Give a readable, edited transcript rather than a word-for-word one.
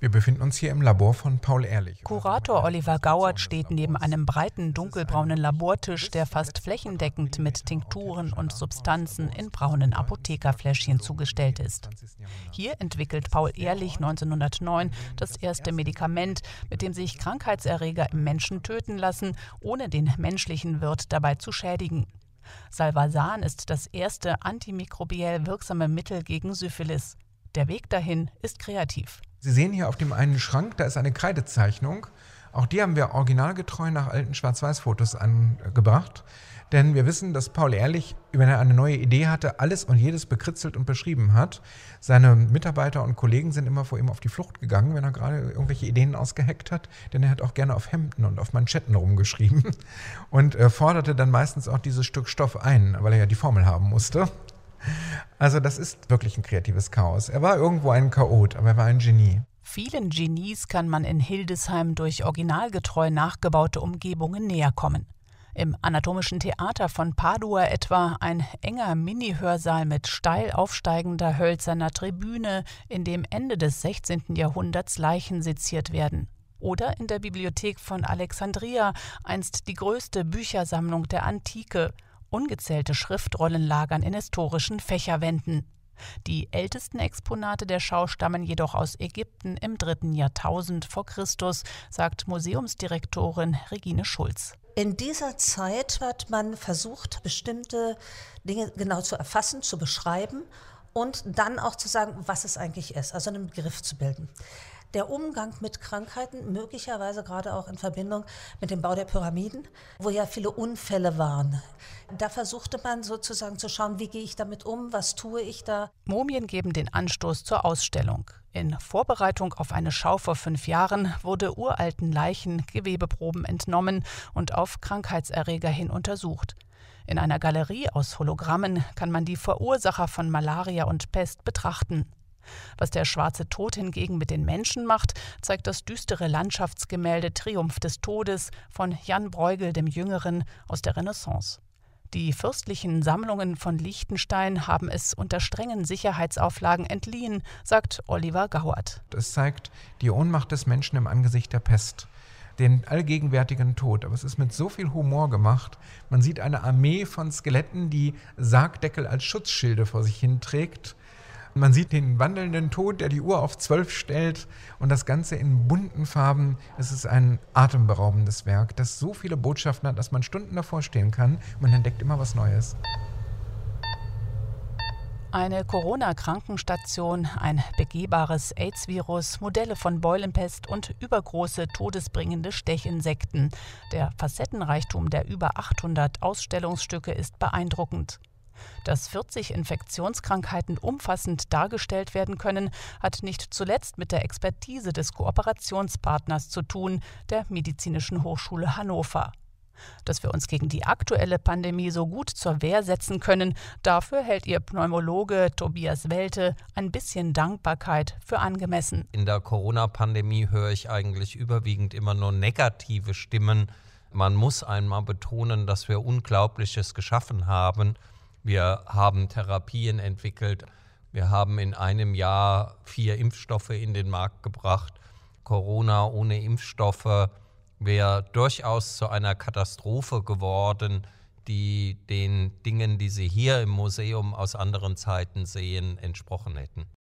Wir befinden uns hier im Labor von Paul Ehrlich. Kurator Oliver Gauert steht neben einem breiten dunkelbraunen Labortisch, der fast flächendeckend mit Tinkturen und Substanzen in braunen Apothekerfläschchen zugestellt ist. Hier entwickelt Paul Ehrlich 1909 das erste Medikament, mit dem sich Krankheitserreger im Menschen töten lassen, ohne den menschlichen Wirt dabei zu schädigen. Salvarsan ist das erste antimikrobiell wirksame Mittel gegen Syphilis. Der Weg dahin ist kreativ. Sie sehen hier auf dem einen Schrank, da ist eine Kreidezeichnung. Auch die haben wir originalgetreu nach alten Schwarz-Weiß-Fotos angebracht. Denn wir wissen, dass Paul Ehrlich, wenn er eine neue Idee hatte, alles und jedes bekritzelt und beschrieben hat. Seine Mitarbeiter und Kollegen sind immer vor ihm auf die Flucht gegangen, wenn er gerade irgendwelche Ideen ausgeheckt hat. Denn er hat auch gerne auf Hemden und auf Manschetten rumgeschrieben. Und forderte dann meistens auch dieses Stück Stoff ein, weil er ja die Formel haben musste. Also das ist wirklich ein kreatives Chaos. Er war irgendwo ein Chaot, aber er war ein Genie. Vielen Genies kann man in Hildesheim durch originalgetreu nachgebaute Umgebungen näher kommen. Im Anatomischen Theater von Padua etwa ein enger Mini-Hörsaal mit steil aufsteigender hölzerner Tribüne, in dem Ende des 16. Jahrhunderts Leichen seziert werden. Oder in der Bibliothek von Alexandria, einst die größte Büchersammlung der Antike. Ungezählte Schriftrollen lagern in historischen Fächerwänden. Die ältesten Exponate der Schau stammen jedoch aus Ägypten im 3. Jahrtausend vor Christus, sagt Museumsdirektorin Regine Schulz. In dieser Zeit hat man versucht, bestimmte Dinge genau zu erfassen, zu beschreiben und dann auch zu sagen, was es eigentlich ist, also einen Begriff zu bilden. Der Umgang mit Krankheiten, möglicherweise gerade auch in Verbindung mit dem Bau der Pyramiden, wo ja viele Unfälle waren. Da versuchte man sozusagen zu schauen, wie gehe ich damit um, was tue ich da. Mumien geben den Anstoß zur Ausstellung. In Vorbereitung auf eine Schau vor 5 Jahren wurde uralten Leichen Gewebeproben entnommen und auf Krankheitserreger hin untersucht. In einer Galerie aus Hologrammen kann man die Verursacher von Malaria und Pest betrachten. Was der schwarze Tod hingegen mit den Menschen macht, zeigt das düstere Landschaftsgemälde Triumph des Todes von Jan Bruegel dem Jüngeren aus der Renaissance. Die fürstlichen Sammlungen von Liechtenstein haben es unter strengen Sicherheitsauflagen entliehen, sagt Oliver Gauert. Es zeigt die Ohnmacht des Menschen im Angesicht der Pest, den allgegenwärtigen Tod. Aber es ist mit so viel Humor gemacht. Man sieht eine Armee von Skeletten, die Sargdeckel als Schutzschilde vor sich hinträgt. Man sieht den wandelnden Tod, der die Uhr auf 12 stellt und das Ganze in bunten Farben. Es ist ein atemberaubendes Werk, das so viele Botschaften hat, dass man Stunden davor stehen kann. Man entdeckt immer was Neues. Eine Corona-Krankenstation, ein begehbares AIDS-Virus, Modelle von Beulenpest und übergroße, todesbringende Stechinsekten. Der Facettenreichtum der über 800 Ausstellungsstücke ist beeindruckend. Dass 40 Infektionskrankheiten umfassend dargestellt werden können, hat nicht zuletzt mit der Expertise des Kooperationspartners zu tun, der Medizinischen Hochschule Hannover. Dass wir uns gegen die aktuelle Pandemie so gut zur Wehr setzen können, dafür hält ihr Pneumologe Tobias Welte ein bisschen Dankbarkeit für angemessen. In der Corona-Pandemie höre ich eigentlich überwiegend immer nur negative Stimmen. Man muss einmal betonen, dass wir Unglaubliches geschaffen haben. Wir haben Therapien entwickelt. Wir haben in einem Jahr 4 Impfstoffe in den Markt gebracht. Corona ohne Impfstoffe wäre durchaus zu einer Katastrophe geworden, die den Dingen, die Sie hier im Museum aus anderen Zeiten sehen, entsprochen hätten.